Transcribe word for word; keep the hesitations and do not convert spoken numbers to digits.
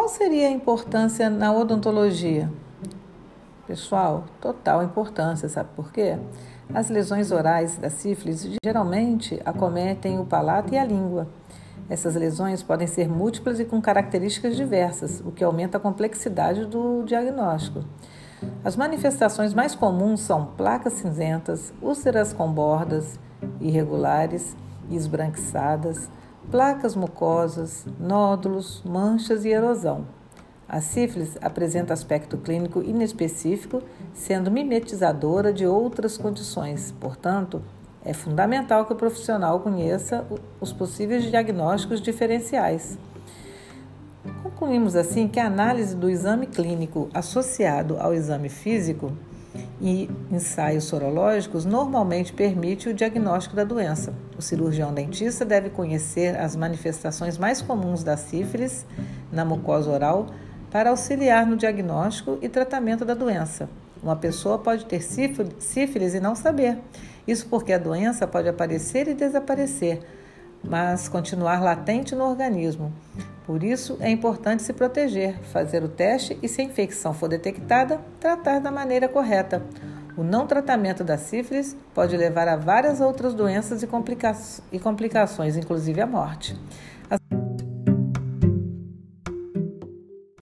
Qual seria a importância na odontologia? Pessoal, total importância, sabe por quê? As lesões orais da sífilis geralmente acometem o palato e a língua. Essas lesões podem ser múltiplas e com características diversas, o que aumenta a complexidade do diagnóstico. As manifestações mais comuns são placas cinzentas, úlceras com bordas irregulares e esbranquiçadas, placas mucosas, nódulos, manchas e erosão. A sífilis apresenta aspecto clínico inespecífico, sendo mimetizadora de outras condições. Portanto, é fundamental que o profissional conheça os possíveis diagnósticos diferenciais. Concluímos assim que a análise do exame clínico associado ao exame físico e ensaios sorológicos normalmente permite o diagnóstico da doença. O cirurgião dentista deve conhecer as manifestações mais comuns da sífilis na mucosa oral para auxiliar no diagnóstico e tratamento da doença. Uma pessoa pode ter sífilis e não saber. Isso porque a doença pode aparecer e desaparecer, mas continuar latente no organismo. Por isso, é importante se proteger, fazer o teste e, se a infecção for detectada, tratar da maneira correta. O não tratamento da sífilis pode levar a várias outras doenças e, complica- e complicações, inclusive a morte.